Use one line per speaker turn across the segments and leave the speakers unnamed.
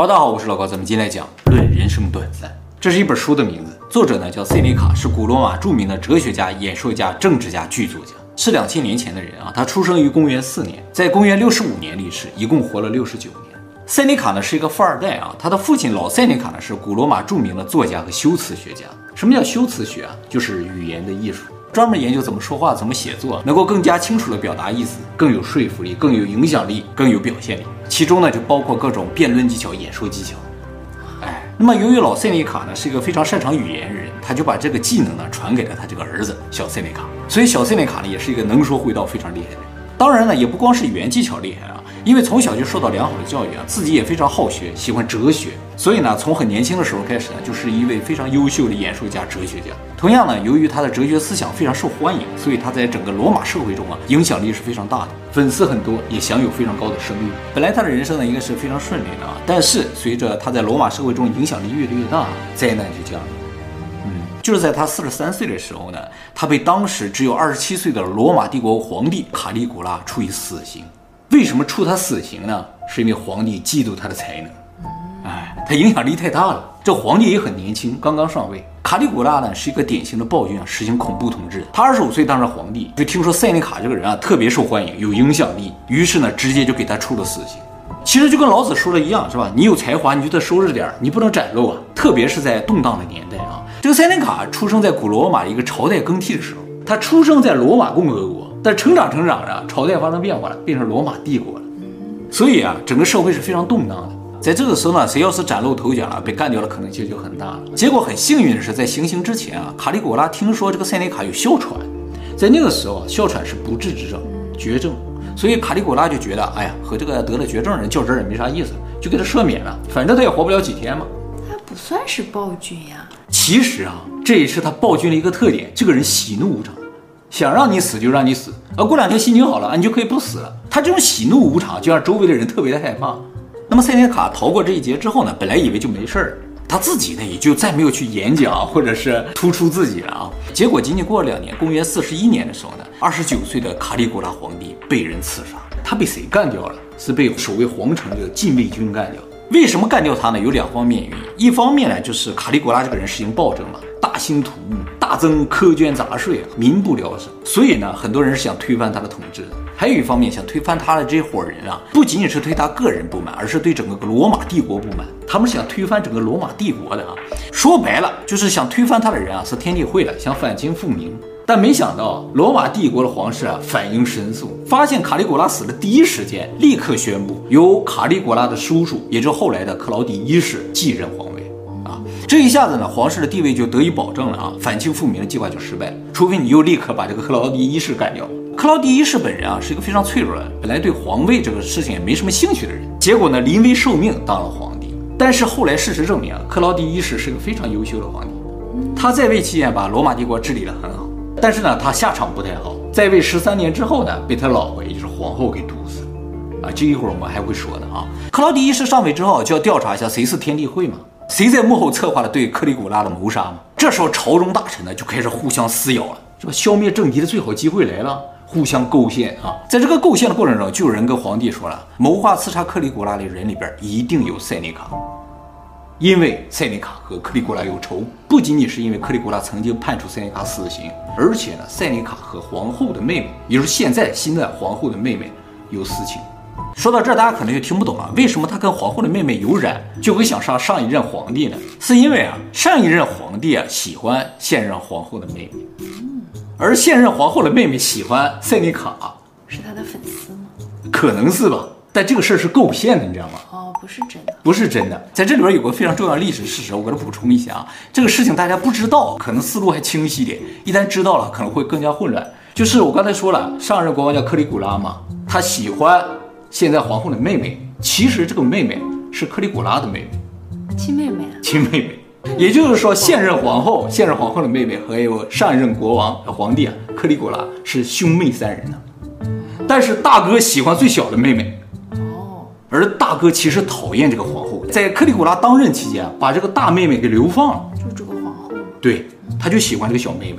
大家好，我是老高，咱们今天来讲《论人生短暂》。这是一本书的名字，作者呢叫塞内卡，是古罗马著名的哲学家、演说家、政治家、剧作家，是2000年前的人啊。他出生于公元4年，在公元65年离世，一共活了69年。塞内卡呢是一个富二代啊，他的父亲老塞内卡呢是古罗马著名的作家和修辞学家。什么叫修辞学啊？就是语言的艺术，专门研究怎么说话、怎么写作，能够更加清楚地表达意思，更有说服力、更有影响力、更有表现力。其中呢就包括各种辩论技巧、演说技巧。那么由于老塞内卡呢是一个非常擅长语言的人，他就把这个技能呢传给了他这个儿子小塞内卡。所以小塞内卡呢也是一个能说会道、非常厉害的人。当然呢，也不光是语言技巧厉害啊，因为从小就受到良好的教育啊，自己也非常好学，喜欢哲学。所以呢，从很年轻的时候开始呢，就是一位非常优秀的演说家、哲学家。同样呢，由于他的哲学思想非常受欢迎，所以他在整个罗马社会中啊，影响力是非常大的，粉丝很多，也享有非常高的声誉。本来他的人生呢，应该是非常顺利的啊，但是随着他在罗马社会中影响力越来越大，灾难就降临。就是在他43岁的时候呢，他被当时只有27岁的罗马帝国皇帝卡利古拉处以死刑。为什么处他死刑呢？是因为皇帝嫉妒他的才能。他影响力太大了。这皇帝也很年轻，刚刚上位。卡利古拉呢是一个典型的暴君啊，实行恐怖统治。他25岁当上皇帝，就听说塞内卡这个人啊特别受欢迎，有影响力，于是呢直接就给他处了死刑。其实就跟老子说的一样，是吧？你有才华，你就得收着点，你不能展露啊。特别是在动荡的年代啊，这个塞内卡出生在古罗马一个朝代更替的时候，他出生在罗马共和国，但成长着，朝代发生变化了，变成罗马帝国了。所以啊，整个社会是非常动荡的。在这个时候呢，谁要是崭露头角了，被干掉的可能性就很大了。结果很幸运的是，在行刑之前啊，卡利古拉听说这个塞内卡有哮喘，在那个时候啊，哮喘是不治之症，绝症。所以卡利古拉就觉得，哎呀，和这个得了绝症人较真也没啥意思，就给他赦免了，反正他也活不了几天嘛。
他不算是暴君呀。
其实啊，这也是他暴君的一个特点，这个人喜怒无常，想让你死就让你死，过2天心情好了，你就可以不死了。他这种喜怒无常，就让周围的人特别的害怕。那么塞内卡逃过这一劫之后呢，本来以为就没事儿，他自己呢也就再没有去演讲或者是突出自己了啊。结果仅仅过了2年，公元41年的时候呢，29岁的卡利古拉皇帝被人刺杀。他被谁干掉了？是被守卫皇城的禁卫军干掉。为什么干掉他呢？有2方面原因。一方面呢，就是卡利古拉这个人实行暴政嘛，大兴土木，大增苛捐杂税，民不聊生。所以呢，很多人是想推翻他的统治的。还有一方面，想推翻他的这伙人啊，不仅仅是对他个人不满，而是对整个罗马帝国不满。他们是想推翻整个罗马帝国的啊。说白了，就是想推翻他的人啊，是天地会的，想反清复明。但没想到罗马帝国的皇室啊反应神速，发现卡利古拉死的第一时间，立刻宣布由卡利古拉的叔叔，也就是后来的克劳狄一世继任皇位啊。这一下子呢，皇室的地位就得以保证了啊，反清复明的计划就失败了，除非你又立刻把这个克劳狄一世干掉。克劳狄一世本人啊是一个非常脆弱的，本来对皇位这个事情也没什么兴趣的人，结果呢临危受命当了皇帝。但是后来事实证明啊，克劳狄一世是个非常优秀的皇帝，他在位期间把罗马帝国治理得很好。但是呢，他下场不太好，在位13年之后呢，被他老婆也就是皇后给毒死了啊。这一会儿我们还会说的啊。克劳狄一世上位之后，就要调查一下谁是天地会嘛，谁在幕后策划了对克利古拉的谋杀嘛。这时候朝中大臣呢就开始互相撕咬了，是吧？消灭政敌的最好机会来了，互相构陷啊。在这个构陷的过程中，就有人跟皇帝说了，谋划刺杀克利古拉的人里边一定有塞内卡。因为塞内卡和克利古拉有仇，不仅仅是因为克利古拉曾经判处塞内卡死刑，而且呢，塞内卡和皇后的妹妹，也就是现在新的皇后的妹妹有私情。说到这儿，大家可能就听不懂了，为什么他跟皇后的妹妹有染，就会想杀上一任皇帝呢？是因为啊，上一任皇帝啊喜欢现任皇后的妹妹，而现任皇后的妹妹喜欢塞内卡，
是他的粉丝吗？
可能是吧。但这个事儿是构陷的，你知道吗？
不是真的，
不是真的。在这里边有个非常重要的历史事实，我给它补充一下啊。这个事情大家不知道，可能思路还清晰点；一旦知道了，可能会更加混乱。就是我刚才说了，上任国王叫克利古拉嘛，他喜欢现在皇后的妹妹，其实这个妹妹是克利古拉的妹妹，
亲妹妹啊，
亲妹妹。也就是说，现任皇后的妹妹和有上任国王皇帝啊克利古拉是兄妹3人呢。但是大哥喜欢最小的妹妹。而大哥其实讨厌这个皇后，在克利古拉当任期间把这个大妹妹给流放了，
就是这个皇后。
对，他就喜欢这个小妹妹。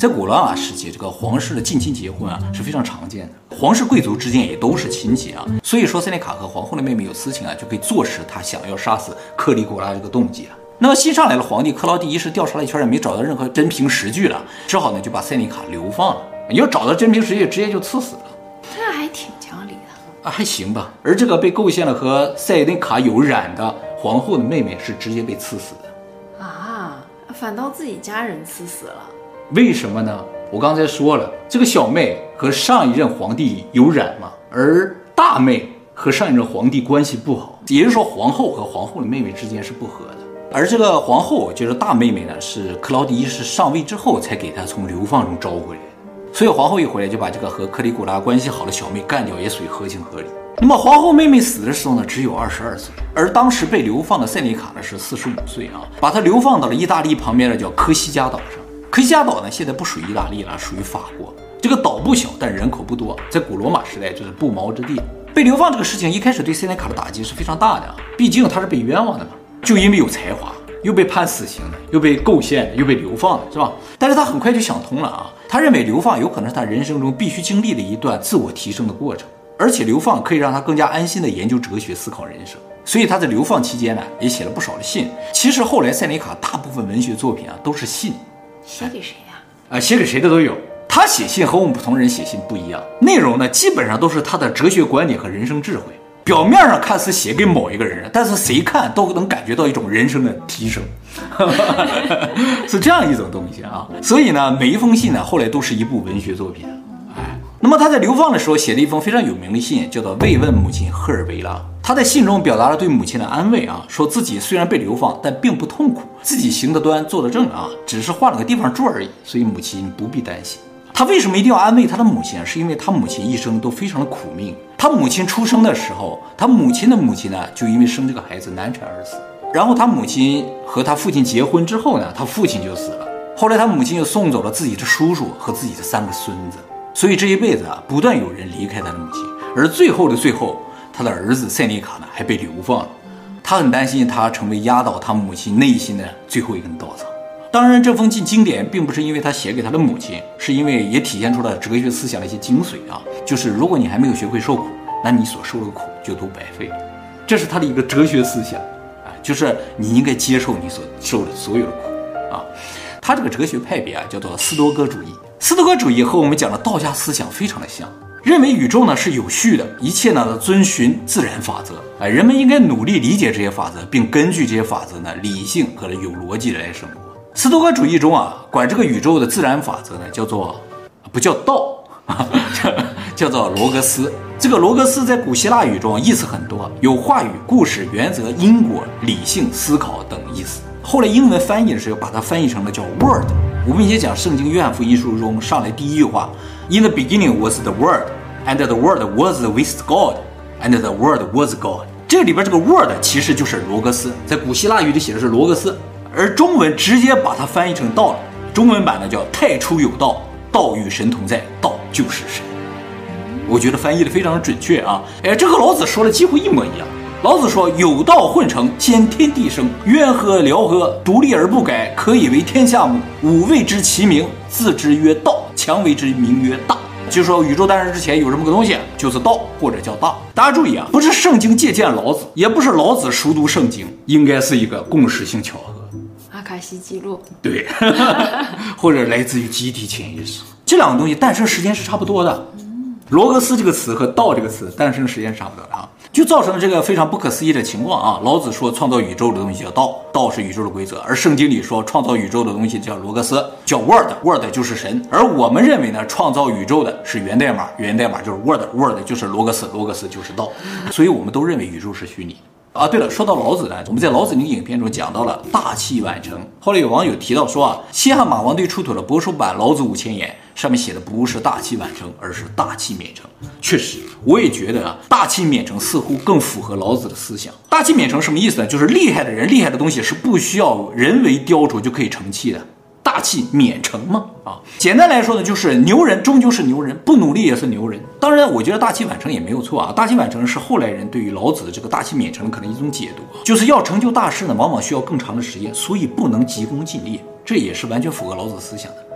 在古罗马时期，这个皇室的近亲结婚啊是非常常见的，皇室贵族之间也都是亲戚啊。所以说塞内卡和皇后的妹妹有私情啊，就可以坐实他想要杀死克里古拉这个动机了。那么新上来的皇帝克劳第一世调查了一圈也没找到任何真凭实据了，只好呢就把塞内卡流放了。你要找到真凭实据，直接就赐死了。
这还挺讲理的
啊，还行吧。而这个被构陷了和塞内卡有染的皇后的妹妹是直接被赐死的
啊，反倒自己家人赐死了。
为什么呢？我刚才说了，这个小妹和上一任皇帝有染嘛，而大妹和上一任皇帝关系不好，也就是说皇后和皇后的妹妹之间是不和的。而这个皇后就是大妹妹呢，是克劳第一世上位之后才给她从流放中招回来的。所以皇后一回来就把这个和克里古拉关系好的小妹干掉，也属于合情合理。那么皇后妹妹死的时候呢，只有22岁，而当时被流放的塞内卡呢是45岁啊，把她流放到了意大利旁边的叫科西嘉岛上。科西嘉岛呢现在不属于意大利了，属于法国。这个岛不小，但人口不多，在古罗马时代就是不毛之地。被流放这个事情一开始对塞内卡的打击是非常大的啊，毕竟他是被冤枉的嘛，就因为有才华，又被判死刑的，又被构陷的，又被流放的，是吧？但是他很快就想通了啊，他认为流放有可能是他人生中必须经历的一段自我提升的过程，而且流放可以让他更加安心的研究哲学、思考人生。所以他在流放期间呢，也写了不少的信。其实后来塞内卡大部分文学作品啊都是信，
写给谁呀？
写给谁的都有。他写信和我们普通人写信不一样，内容呢基本上都是他的哲学观点和人生智慧。表面上看似写给某一个人，但是谁看都能感觉到一种人生的提升，是这样一种东西啊。所以呢，每一封信呢，后来都是一部文学作品。那么他在流放的时候写了一封非常有名的信，叫做《慰问母亲赫尔维拉》。他在信中表达了对母亲的安慰啊，说自己虽然被流放，但并不痛苦，自己行得端，坐得正啊，只是换了个地方住而已，所以母亲不必担心。他为什么一定要安慰他的母亲？是因为他母亲一生都非常的苦命。他母亲出生的时候，他母亲的母亲呢，就因为生这个孩子难产而死。然后他母亲和他父亲结婚之后呢，他父亲就死了。后来他母亲又送走了自己的叔叔和自己的3个孙子。所以这一辈子啊，不断有人离开他的母亲，而最后的最后，他的儿子塞内卡呢还被流放了。他很担心他成为压倒他母亲内心的最后一根稻草。当然，这封信经典并不是因为他写给他的母亲，是因为也体现出了哲学思想的一些精髓啊。就是如果你还没有学会受苦，那你所受的苦就都白费了。这是他的一个哲学思想啊，就是你应该接受你所受的所有的苦啊。他这个哲学派别啊叫做斯多葛主义。斯多葛主义和我们讲的道家思想非常的像，认为宇宙呢是有序的，一切呢遵循自然法则。人们应该努力理解这些法则，并根据这些法则呢理性和有逻辑的来生活。斯多葛主义中啊，管这个宇宙的自然法则呢叫做不叫道叫做罗格斯。这个罗格斯在古希腊语中意思很多，有话语、故事、原则、因果、理性、思考等意思。后来英文翻译的时候把它翻译成了叫 word。我们以前讲圣经约翰福音书中上来第一句话 In the beginning was the word and the word was with God and the word was God。 这里边这个 word 其实就是罗格斯，在古希腊语里写的是罗格斯，而中文直接把它翻译成道了。中文版呢叫太初有道，道与神同在，道就是神。我觉得翻译的非常的准确啊。这和老子说的几乎一模一样。老子说有道混成，先天地生，渊河辽河，独立而不改，可以为天下母。吾谓之其名，字之曰道，强为之名曰大。就是说宇宙诞生之前有这么个东西，就是道或者叫大。大家注意啊，不是圣经借鉴老子，也不是老子熟读圣经，应该是一个共识性巧合。
阿卡西记录，
对或者来自于集体潜意识。这两个东西诞生时间是差不多的。罗格斯这个词和道这个词诞生时间是差不多的啊，就造成了这个非常不可思议的情况啊。老子说创造宇宙的东西叫道，道是宇宙的规则，而圣经里说创造宇宙的东西叫罗格斯，叫 word 就是神。而我们认为呢，创造宇宙的是源代码，源代码就是 word 就是罗格斯，罗格斯就是道。所以我们都认为宇宙是虚拟啊。对了，说到老子呢，我们在老子那个影片中讲到了大器晚成。后来有网友提到说啊，西汉马王堆出土的帛书版老子5000言，上面写的不是大器晚成，而是大器免成。确实，我也觉得啊，大器免成似乎更符合老子的思想。大器免成什么意思呢？就是厉害的人、厉害的东西是不需要人为雕琢就可以成器的。大器免成嘛啊，简单来说呢，就是牛人终究是牛人，不努力也是牛人。当然，我觉得大器晚成也没有错啊。大器晚成是后来人对于老子的这个大器免成可能一种解读，就是要成就大事呢，往往需要更长的时间，所以不能急功近利。这也是完全符合老子思想的。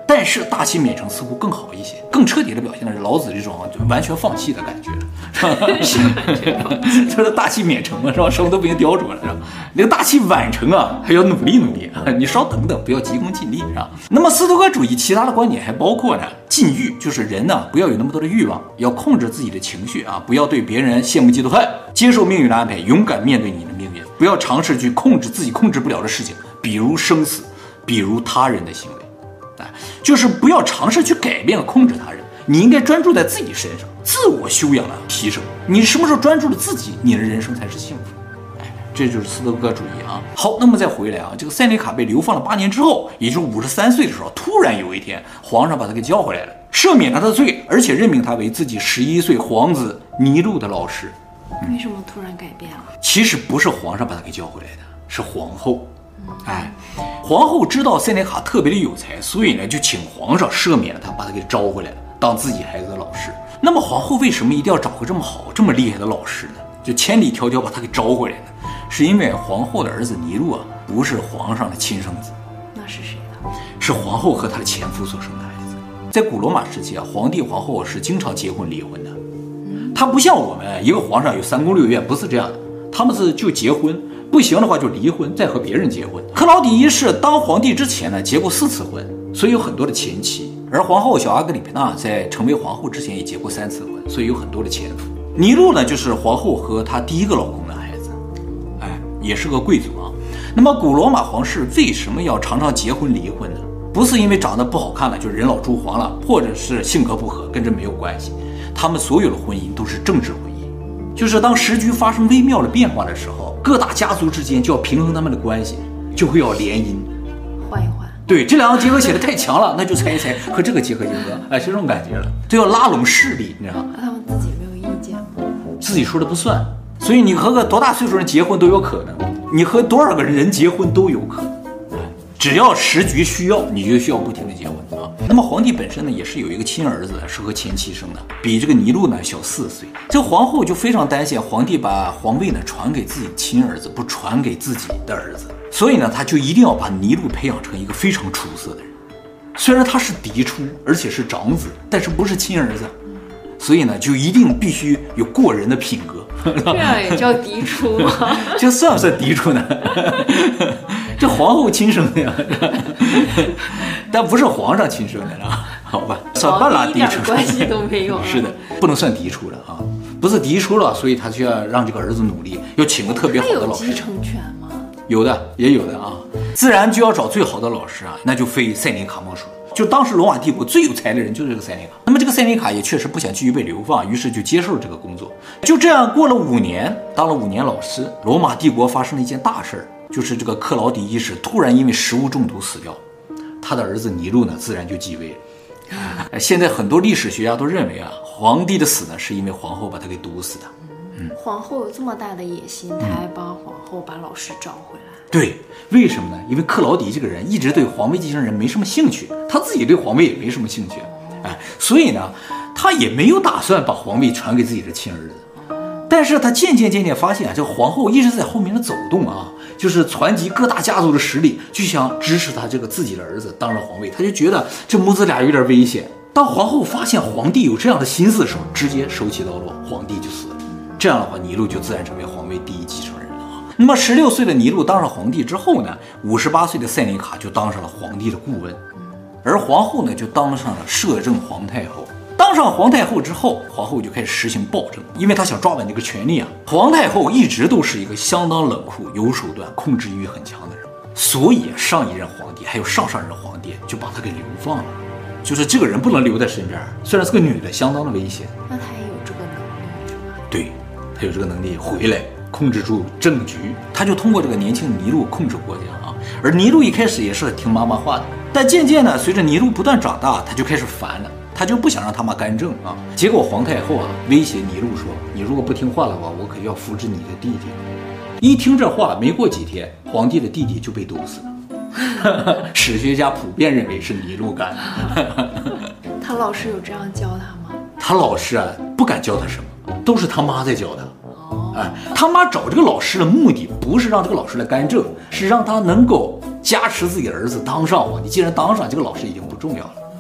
但是大器晚成似乎更好一些，更彻底的表现的是老子这种完全放弃的感觉，
是完全放弃。
这是大器晚成嘛，是吧？什么都不用雕琢了，是吧？那个大器晚成啊，还要努力努力啊，你稍等等，不要急功近利，是吧？那么斯多葛主义其他的观点还包括呢，禁欲，就是人呢不要有那么多的欲望，要控制自己的情绪啊，不要对别人羡慕嫉妒恨，接受命运的安排，勇敢面对你的命运，不要尝试去控制自己控制不了的事情，比如生死，比如他人的行为。就是不要尝试去改变和控制他人，你应该专注在自己身上，自我修养的提升。你什么时候专注了自己，你的人生才是幸福。这就是斯多葛主义啊。好，那么再回来啊，这个塞内卡被流放了8年之后，也就是53岁的时候，突然有一天，皇上把他给叫回来了，赦免了他的罪，而且任命他为自己11岁皇子尼禄的老师。
为什么突然改变了？
其实不是皇上把他给叫回来的，是皇后。皇后知道塞内卡特别的有才，所以呢就请皇上赦免了他，把他给招回来了，当自己孩子的老师。那么皇后为什么一定要找个这么好这么厉害的老师呢？就千里迢迢把他给招回来呢？是因为皇后的儿子尼禄啊不是皇上的亲生子。
那是谁的？
是皇后和她的前夫所生的孩子。在古罗马时期啊，皇帝皇后是经常结婚离婚的。他不像我们一个皇上有3宫6院，不是这样的，他们是就结婚，不行的话就离婚，再和别人结婚。克劳迪一世当皇帝之前呢，结过4次婚，所以有很多的前妻。而皇后小阿格里皮娜在成为皇后之前也结过3次婚，所以有很多的前夫。尼禄呢，就是皇后和她第一个老公的孩子，也是个贵族啊。那么古罗马皇室为什么要常常结婚离婚呢？不是因为长得不好看了，就是人老珠黄了，或者是性格不合，跟这没有关系。他们所有的婚姻都是政治婚姻，就是当时局发生微妙的变化的时候，各大家族之间就要平衡他们的关系，就会要联姻，
换一换。
对，这两个结合起来太强了，那就猜一猜和这个结合，是这种感觉了，就要拉拢势力，你知道吗？
他们自己没有意见吗？
自己说的不算，所以你和个多大岁数人结婚都有可能，你和多少个人结婚都有可能，只要时局需要，你就需要不停的结婚啊。那么皇帝本身呢，也是有一个亲儿子，是和前妻生的，比这个尼禄呢小4岁。这皇后就非常担心皇帝把皇位呢传给自己亲儿子，不传给自己的儿子，所以呢，他就一定要把尼禄培养成一个非常出色的人。虽然他是嫡出，而且是长子，但是不是亲儿子，所以呢，就一定必须有过人的品格。
这样也叫嫡出吗？
这算不算嫡出呢？这皇后亲生的呀，但不是皇上亲生的啊，好吧，算半拉嫡出，
一点关系都没有。
是的，不能算嫡出了啊，不是嫡出了，所以他就要让这个儿子努力，要请个特别好的老师。
他有继承权吗？
有的，也有的啊，自然就要找最好的老师啊，那就非塞内卡莫属。就当时罗马帝国最有才的人就是这个塞内卡。那么这个塞内卡也确实不想继续被流放，于是就接受了这个工作。就这样过了5年，当了5年老师，罗马帝国发生了一件大事儿，就是这个克劳迪一世突然因为食物中毒死掉，他的儿子尼禄呢自然就继位了。现在很多历史学家都认为啊，皇帝的死呢是因为皇后把他给毒死的。
皇后有这么大的野心，他还帮皇后把老师找回来。
对，为什么呢？因为克劳迪这个人一直对皇位继承人没什么兴趣，他自己对皇位也没什么兴趣，所以呢，他也没有打算把皇位传给自己的亲儿子。但是他渐渐发现啊，这个皇后一直在后面的走动啊，就是传集各大家族的实力，就想支持他这个自己的儿子当了皇位。他就觉得这母子俩有点危险。当皇后发现皇帝有这样的心思的时候，直接手起刀落，皇帝就死了。这样的话，尼禄就自然成为皇位第一继承人了啊。那么16岁的尼禄当上皇帝之后呢，58岁的塞内卡就当上了皇帝的顾问，而皇后呢就当上了摄政皇太后。当上皇太后之后，皇后就开始实行暴政，因为她想抓稳这个权力啊。皇太后一直都是一个相当冷酷、有手段、控制欲很强的人，所以上一任皇帝还有上上任皇帝就把她给流放了，就是这个人不能留在身边，虽然是个女的，相当的危险。
那她也有这个能力？
对，她有这个能力回来控制住政局，她就通过这个年轻尼禄控制国家啊。而尼禄一开始也是听妈妈话的，但渐渐的随着尼禄不断长大，他就开始烦了。他就不想让他妈干政啊，结果皇太后啊威胁尼禄说：“你如果不听话的话，我可要扶植你的弟弟。”一听这话，没过几天，皇帝的弟弟就被毒死了。史学家普遍认为是尼禄干的。
他老师有这样教他吗？
他老师啊不敢教他什么，都是他妈在教他。他妈找这个老师的目的不是让这个老师来干政，是让他能够加持自己的儿子当上皇帝。既然当上，这个老师已经不重要了。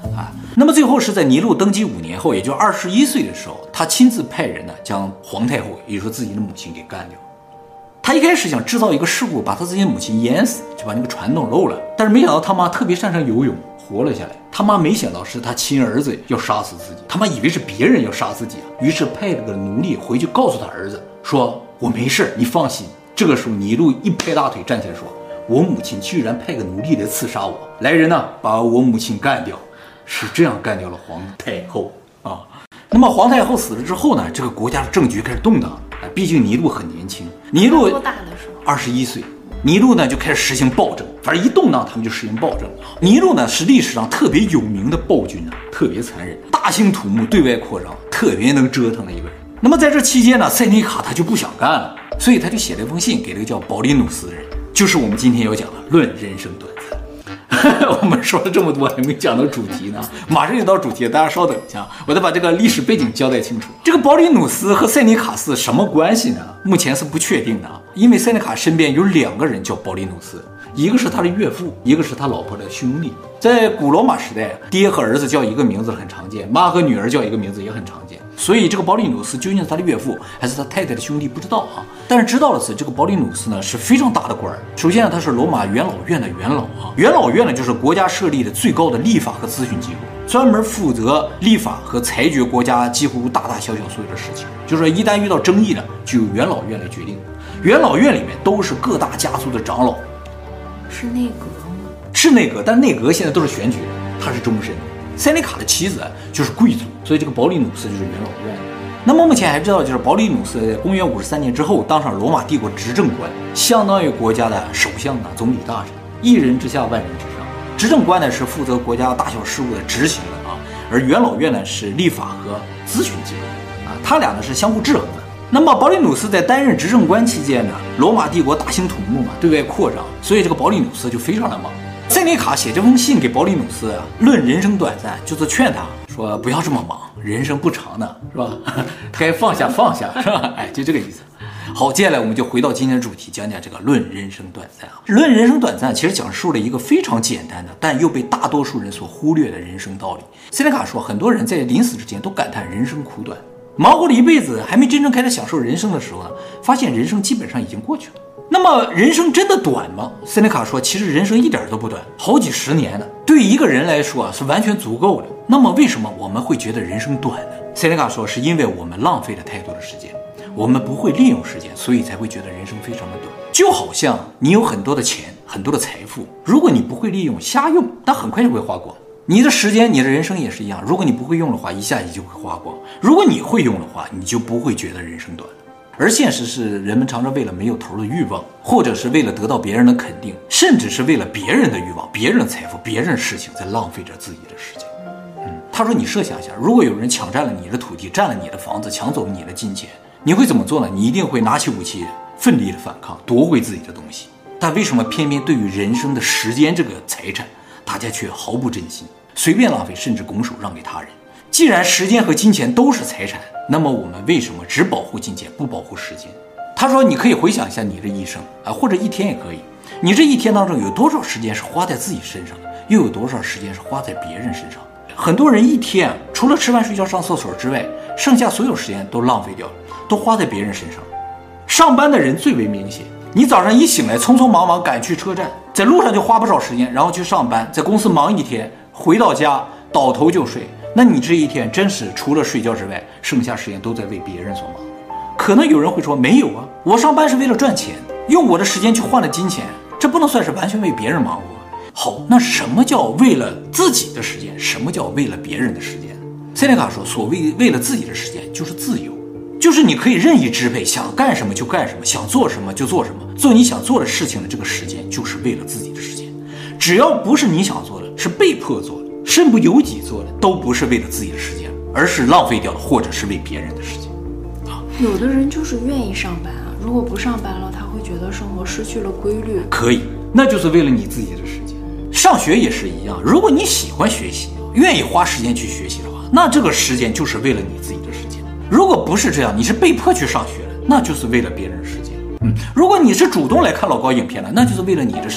啊。那么最后是在尼禄登基5年后，也就21岁的时候，他亲自派人呢将皇太后，也就是说自己的母亲给干掉。他一开始想制造一个事故，把他自己的母亲淹死，就把那个船弄漏了。但是没想到他妈特别擅长游泳，活了下来。他妈没想到是他亲儿子要杀死自己，他妈以为是别人要杀自己啊，于是派了个奴隶回去告诉他儿子说：“我没事，你放心。”这个时候尼禄一拍大腿站起来说：“我母亲居然派个奴隶来刺杀我，来人呐，把我母亲干掉。”是这样干掉了皇太后啊。那么皇太后死了之后呢，这个国家的政局开始动荡。毕竟尼禄很年轻，尼禄
多大的时候
？21岁。尼禄呢就开始实行暴政，反正一动荡他们就实行暴政。尼禄呢是历史上特别有名的暴君啊，特别残忍，大兴土木，对外扩张，特别能折腾的一个人。那么在这期间呢，塞内卡他就不想干了，所以他就写了一封信给这个叫保利努斯的人，就是我们今天要讲的《论人生短暂》。我们说了这么多还没讲到主题呢，马上就到主题了，大家稍等一下，我得把这个历史背景交代清楚。这个保里努斯和塞内卡斯什么关系呢？目前是不确定的，因为塞内卡身边有2个人叫保里努斯，一个是他的岳父，一个是他老婆的兄弟。在古罗马时代，爹和儿子叫一个名字很常见，妈和女儿叫一个名字也很常见。所以这个保里努斯究竟是他的岳父还是他太太的兄弟不知道啊，但是知道的是这个保里努斯呢是非常大的官。首先他是罗马元老院的元老啊，元老院呢就是国家设立的最高的立法和咨询机构，专门负责立法和裁决国家几乎大大小小所有的事情，就是说一旦遇到争议呢，就由元老院来决定。元老院里面都是各大家族的长老。
是内阁吗？
是内阁，但内阁现在都是选举的，他是终身。塞内卡的妻子就是贵族，所以这个保里努斯就是元老院的。那么目前还知道，就是保里努斯在公元53年之后当上罗马帝国执政官，相当于国家的首相啊、总理大臣，一人之下万人之上。执政官呢是负责国家大小事务的执行的啊，而元老院呢是立法和咨询机构啊，他俩呢是相互制衡的。那么保里努斯在担任执政官期间呢，罗马帝国大兴土木嘛，对外扩张，所以这个保里努斯就非常的忙。塞内卡写这封信给保里努斯啊，论人生短暂，就是劝他说不要这么忙，人生不长的，是吧？该放下放下，是吧？哎，就这个意思。好，接下来我们就回到今天的主题，讲讲这个论人生短暂啊。论人生短暂其实讲述了一个非常简单的，但又被大多数人所忽略的人生道理。塞内卡说，很多人在临死之前都感叹人生苦短，忙活了一辈子，还没真正开始享受人生的时候呢，发现人生基本上已经过去了。那么人生真的短吗？塞内卡说，其实人生一点都不短，好几十年呢，对一个人来说是完全足够的。那么为什么我们会觉得人生短呢？塞内卡说，是因为我们浪费了太多的时间，我们不会利用时间，所以才会觉得人生非常的短。就好像你有很多的钱，很多的财富，如果你不会利用，瞎用，那很快就会花光。你的时间，你的人生也是一样，如果你不会用的话，一下子就会花光；如果你会用的话，你就不会觉得人生短。而现实是，人们常常为了没有头的欲望，或者是为了得到别人的肯定，甚至是为了别人的欲望、别人的财富、别人的事情，在浪费着自己的时间。他说，你设想一下，如果有人抢占了你的土地，占了你的房子，抢走你的金钱，你会怎么做呢？你一定会拿起武器，奋力的反抗，夺回自己的东西。但为什么偏偏对于人生的时间这个财产，大家却毫不珍惜，随便浪费，甚至拱手让给他人？既然时间和金钱都是财产，那么我们为什么只保护金钱，不保护时间？他说，你可以回想一下你的一生啊，或者一天也可以。你这一天当中有多少时间是花在自己身上的，又有多少时间是花在别人身上？很多人一天除了吃饭睡觉上厕所之外，剩下所有时间都浪费掉了，都花在别人身上。上班的人最为明显，你早上一醒来匆匆忙忙赶去车站，在路上就花不少时间，然后去上班，在公司忙一天，回到家倒头就睡。那你这一天真是除了睡觉之外，剩下时间都在为别人所忙。可能有人会说，没有啊，我上班是为了赚钱，用我的时间去换了金钱，这不能算是完全为别人忙活。好，那什么叫为了自己的时间？什么叫为了别人的时间？塞内卡说，所谓为了自己的时间就是自由，就是你可以任意支配，想干什么就干什么，想做什么就做什么，做你想做的事情的这个时间就是为了自己的时间。只要不是你想做的，是被迫做的，身不由己做的，都不是为了自己的时间，而是浪费掉的，或者是为别人的时间。
有的人就是愿意上班啊，如果不上班了，他会觉得生活失去了规律。
可以，那就是为了你自己的时间。上学也是一样，如果你喜欢学习，愿意花时间去学习的话，那这个时间就是为了你自己的时间。如果不是这样，你是被迫去上学的，那就是为了别人的时间。如果你是主动来看老高影片的，那就是为了你的时间。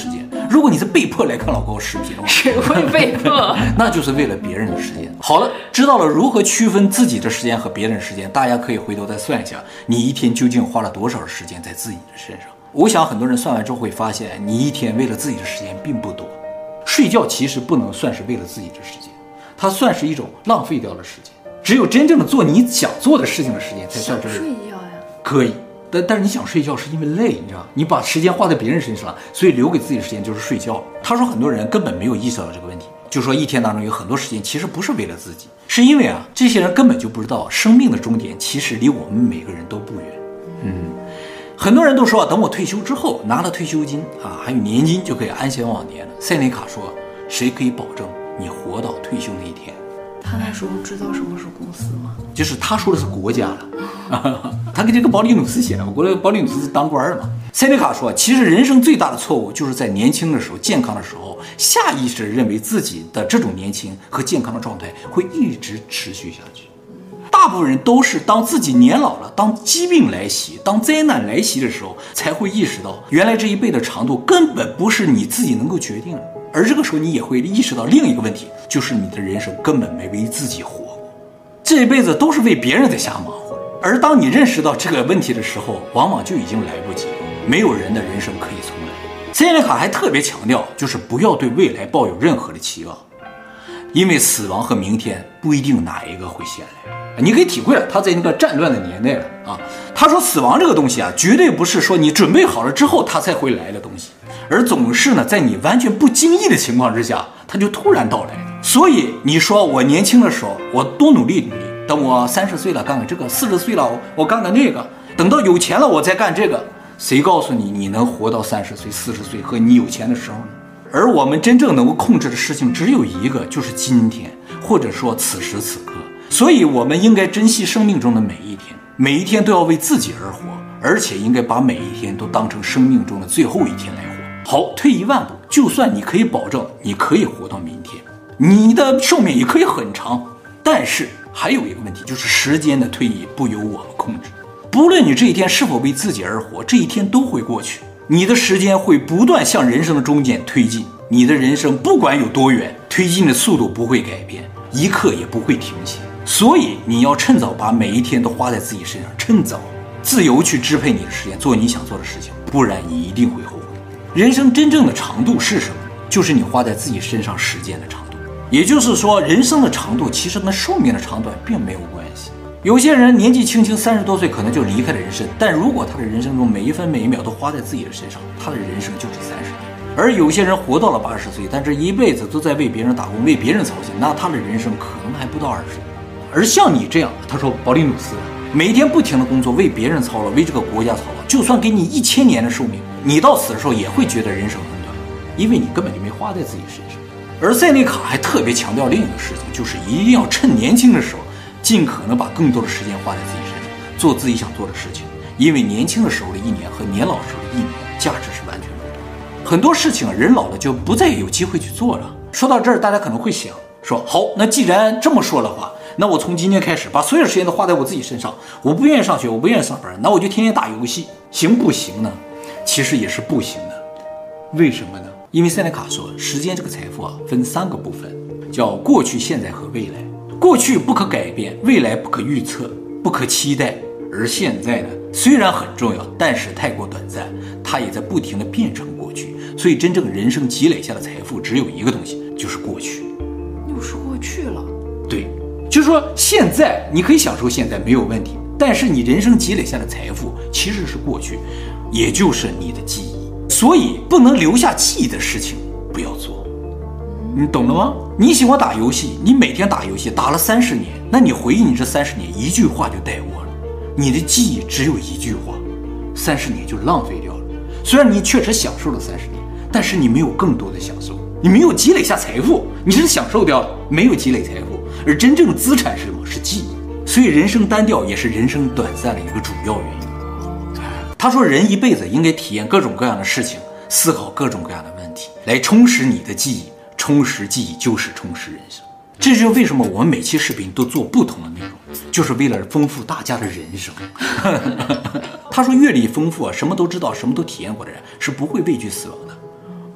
如果你是被迫来看老高视频的话，
谁会被迫？
那就是为了别人的时间。好了，知道了如何区分自己的时间和别人的时间，大家可以回头再算一下，你一天究竟花了多少时间在自己的身上。我想很多人算完之后会发现，你一天为了自己的时间并不多。睡觉其实不能算是为了自己的时间，它算是一种浪费掉的时间。只有真正的做你想做的事情的时间才算是
睡觉呀。
可以，但是你想睡觉是因为累，你知道，你把时间花在别人身上了，所以留给自己的时间就是睡觉。他说很多人根本没有意识到这个问题，就说一天当中有很多时间其实不是为了自己，是因为这些人根本就不知道生命的终点其实离我们每个人都不远。很多人都说等我退休之后拿了退休金还有年金就可以安享晚年了。塞内卡说，谁可以保证你活到退休那一天？
他那时候知道什么是公司吗？
就是他说的是国家了，他跟这个保里努斯写的，我觉得保里努斯是当官嘛。塞内卡说，其实人生最大的错误就是在年轻的时候、健康的时候，下意识认为自己的这种年轻和健康的状态会一直持续下去。大部分人都是当自己年老了，当疾病来袭、当灾难来袭的时候，才会意识到，原来这一辈的长度根本不是你自己能够决定的。而这个时候，你也会意识到另一个问题，就是你的人生根本没为自己活过，这一辈子都是为别人在瞎忙活。而当你认识到这个问题的时候，往往就已经来不及了。没有人的人生可以重来。塞内卡还特别强调，就是不要对未来抱有任何的期望，因为死亡和明天不一定哪一个会先来。你可以体会了，他在那个战乱的年代了他说死亡这个东西绝对不是说你准备好了之后他才会来的东西，而总是呢在你完全不经意的情况之下，他就突然到来的。所以你说我年轻的时候我多努力努力，等我30岁了干干这个，40岁了我干干那个，等到有钱了我再干这个，谁告诉你你能活到30岁、40岁和你有钱的时候呢？而我们真正能够控制的事情只有一个，就是今天，或者说此时此刻。所以我们应该珍惜生命中的每一天，每一天都要为自己而活，而且应该把每一天都当成生命中的最后一天来活。好，退一万步，就算你可以保证你可以活到明天，你的寿命也可以很长，但是还有一个问题，就是时间的推移不由我们控制。不论你这一天是否为自己而活，这一天都会过去，你的时间会不断向人生的终点推进，你的人生不管有多远，推进的速度不会改变，一刻也不会停歇。所以你要趁早把每一天都花在自己身上，趁早自由去支配你的时间，做你想做的事情，不然你一定会后悔。人生真正的长度是什么？就是你花在自己身上时间的长度。也就是说，人生的长度其实跟寿命的长短并没有关系。有些人年纪轻轻30多岁可能就离开了人生，但如果他的人生中每一分每一秒都花在自己的身上，他的人生就是30年。而有些人活到了80岁，但这一辈子都在为别人打工，为别人操心，那他的人生可能还不到20年。而像你这样，他说保里努斯每一天不停的工作，为别人操劳，为这个国家操劳，就算给你1000年的寿命，你到死的时候也会觉得人生很短，因为你根本就没花在自己身上。而塞内卡还特别强调另一个事情，就是一定要趁年轻的时候，尽可能把更多的时间花在自己身上，做自己想做的事情，因为年轻的时候的1年和年老时候的1年价值是完全不同。很多事情人老了就不再有机会去做了。说到这儿，大家可能会想说，好，那既然这么说的话，那我从今天开始把所有时间都花在我自己身上，我不愿意上学，我不愿意上班，那我就天天打游戏，行不行呢？其实也是不行的。为什么呢？因为塞内卡说，时间这个财富分3个部分，叫过去、现在和未来。过去不可改变，未来不可预测，不可期待，而现在呢，虽然很重要，但是太过短暂，它也在不停地变成过去。所以真正人生积累下的财富只有一个东西，就是过去。
又是过去了。
对，就是说现在你可以享受现在没有问题，但是你人生积累下的财富其实是过去，也就是你的记忆。所以不能留下记忆的事情不要做，你懂了吗？你喜欢打游戏，你每天打游戏打了30年，那你回忆你这30年一句话就带过了，你的记忆只有一句话，30年就浪费掉了。虽然你确实享受了30年，但是你没有更多的享受，你没有积累下财富，你只是享受掉了，没有积累财富。而真正的资产是什么？是记忆。所以人生单调也是人生短暂的一个主要原因。他说人一辈子应该体验各种各样的事情，思考各种各样的问题，来充实你的记忆。充实记忆就是充实人生。这就是为什么我们每期视频都做不同的内容，就是为了丰富大家的人生。他说阅历丰富什么都知道，什么都体验过的人是不会畏惧死亡的。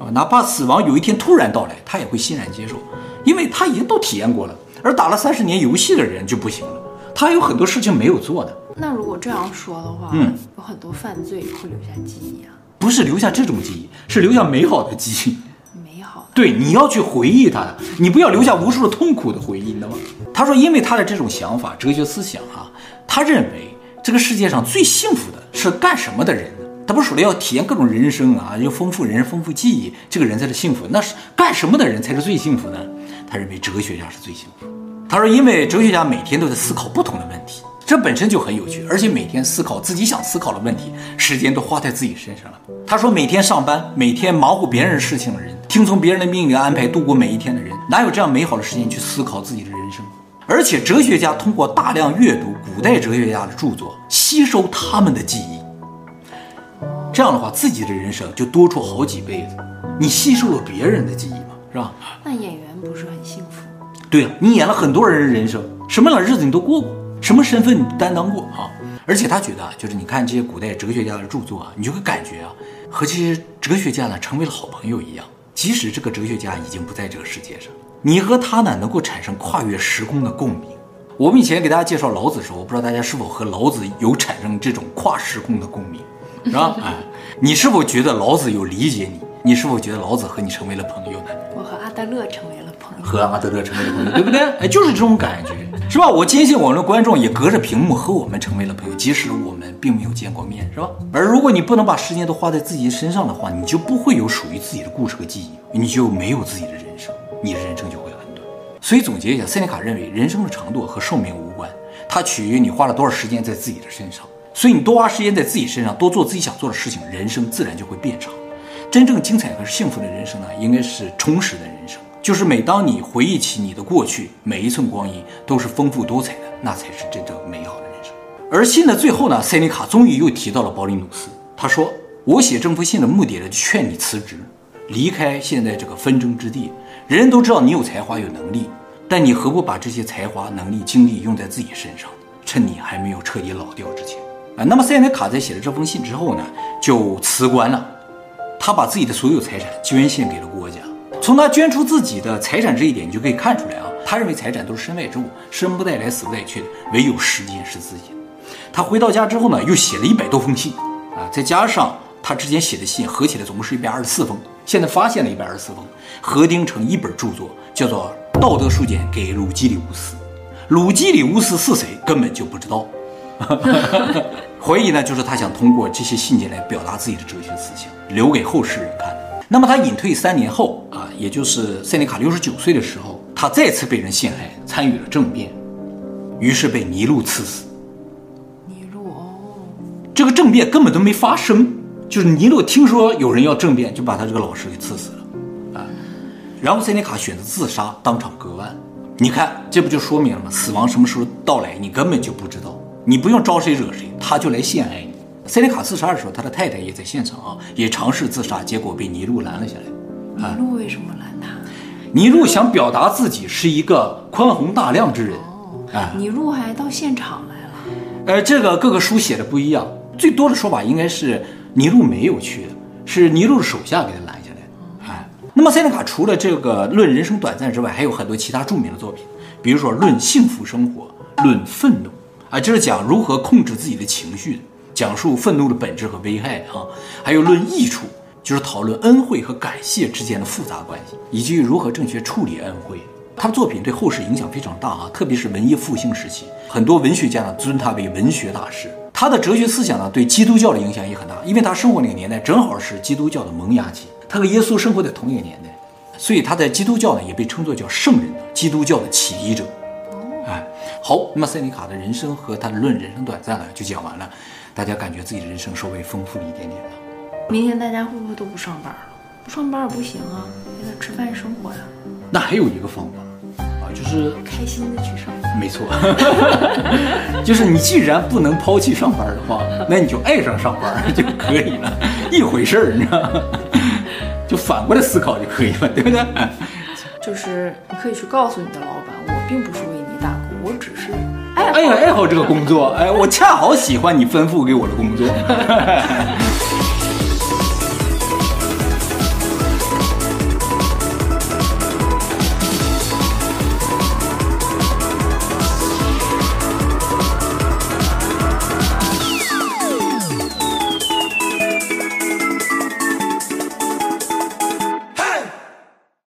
哪怕死亡有一天突然到来，他也会欣然接受，因为他已经都体验过了。而打了30年游戏的人就不行了，他有很多事情没有做的。
那如果这样说的话，有很多犯罪会留下记忆啊？
不是留下这种记忆，是留下美好的记忆。
美好的。
对，你要去回忆它，你不要留下无数的痛苦的回忆，你知道吗？他说，因为他的这种想法、哲学思想他认为这个世界上最幸福的是干什么的人呢？他不是说了要体验各种人生要丰富人生、丰富记忆，这个人才是幸福。那是干什么的人才是最幸福呢？他认为哲学家是最幸福。他说，因为哲学家每天都在思考不同的问题，这本身就很有趣，而且每天思考自己想思考的问题，时间都花在自己身上了。他说，每天上班，每天忙活别人的事情的人，听从别人的命令安排度过每一天的人，哪有这样美好的时间去思考自己的人生？而且哲学家通过大量阅读古代哲学家的著作，吸收他们的记忆，这样的话自己的人生就多出好几辈子。你吸收了别人的记忆嘛，是吧？
那演员不是很幸福？
对了，你演了很多人的人生，什么样的日子你都过过，什么身份你担当过而且他觉得就是你看这些古代哲学家的著作你就会感觉和这些哲学家呢成为了好朋友一样。即使这个哲学家已经不在这个世界上，你和他呢能够产生跨越时空的共鸣。我们以前给大家介绍老子的时候，我不知道大家是否和老子有产生这种跨时空的共鸣，是吧？你是否觉得老子有理解你？你是否觉得老子和你成为了朋友呢？
我和阿德勒成为了朋友，
和阿德勒成为了朋友，对不对？就是这种感觉，是吧？我坚信我们的观众也隔着屏幕和我们成为了朋友，即使我们并没有见过面，是吧？而如果你不能把时间都花在自己身上的话，你就不会有属于自己的故事和记忆，你就没有自己的人生，你的人生就会很短。所以总结一下，塞内卡认为人生的长度和寿命无关，它取决于你花了多少时间在自己的身上。所以你多花时间在自己身上，多做自己想做的事情，人生自然就会变长。真正精彩和幸福的人生呢，应该是充实的人生，就是每当你回忆起你的过去，每一寸光阴都是丰富多彩的，那才是真正美好的人生。而信的最后呢，塞内卡终于又提到了保里努斯，他说，我写这封信的目的呢，就劝你辞职，离开现在这个纷争之地。人人都知道你有才华有能力，但你何不把这些才华能力精力用在自己身上，趁你还没有彻底老掉之前。那么塞内卡在写了这封信之后呢，就辞官了，他把自己的所有财产捐献给了国家。从他捐出自己的财产这一点，你就可以看出来他认为财产都是身外之物，生不带来死不带去的，唯有时间是自己的。他回到家之后呢，又写了100多封信再加上他之前写的信，合起来总共是124封，现在发现了124封，合订成一本著作，叫做《道德书简给鲁基里乌斯》。鲁基里乌斯是谁，根本就不知道。怀疑呢，就是他想通过这些信件来表达自己的哲学思想，留给后世人看的。那么他隐退3年后也就是塞内卡69岁的时候，他再次被人陷害，参与了政变，于是被尼禄赐死。
尼禄
这个政变根本都没发生，就是尼禄听说有人要政变，就把他这个老师给赐死了然后塞内卡选择自杀，当场割腕。你看，这不就说明了吗？死亡什么时候到来，你根本就不知道，你不用招谁惹谁，他就来陷害你。塞内卡自杀的时候，他的太太也在现场也尝试自杀，结果被尼禄拦了下来。
尼禄为什么拦他？
尼禄想表达自己是一个宽宏大量之人
尼禄还到现场来了。
这个各个书写的不一样，最多的说法应该是尼禄没有去的，是尼禄的手下给他拦下来。那么塞内卡除了这个论人生短暂之外，还有很多其他著名的作品，比如说论幸福生活、论愤怒这是讲如何控制自己的情绪的，讲述愤怒的本质和危害还有论益处，就是讨论恩惠和感谢之间的复杂关系，以及如何正确处理恩惠。他的作品对后世影响非常大特别是文艺复兴时期，很多文学家呢尊他为文学大师。他的哲学思想呢对基督教的影响也很大，因为他生活那个年代正好是基督教的萌芽期，他和耶稣生活在同一个年代，所以他在基督教呢也被称作叫圣人，基督教的启迪者。好，那么塞内卡的人生和他的论人生短暂呢就讲完了，大家感觉自己的人生稍微丰富了一点点了。
明天大家会不会都不上班了？不上班也不行也得吃饭生活呀。
那还有一个方法就是
开心的去上班。
没错，就是你既然不能抛弃上班的话，那你就爱上上班就可以了，一回事你知道吗？就反过来思考就可以了，对不对？
就是你可以去告诉你的老板，我并不是为你打工，我只是
爱好这个工作，我恰好喜欢你吩咐给我的工作。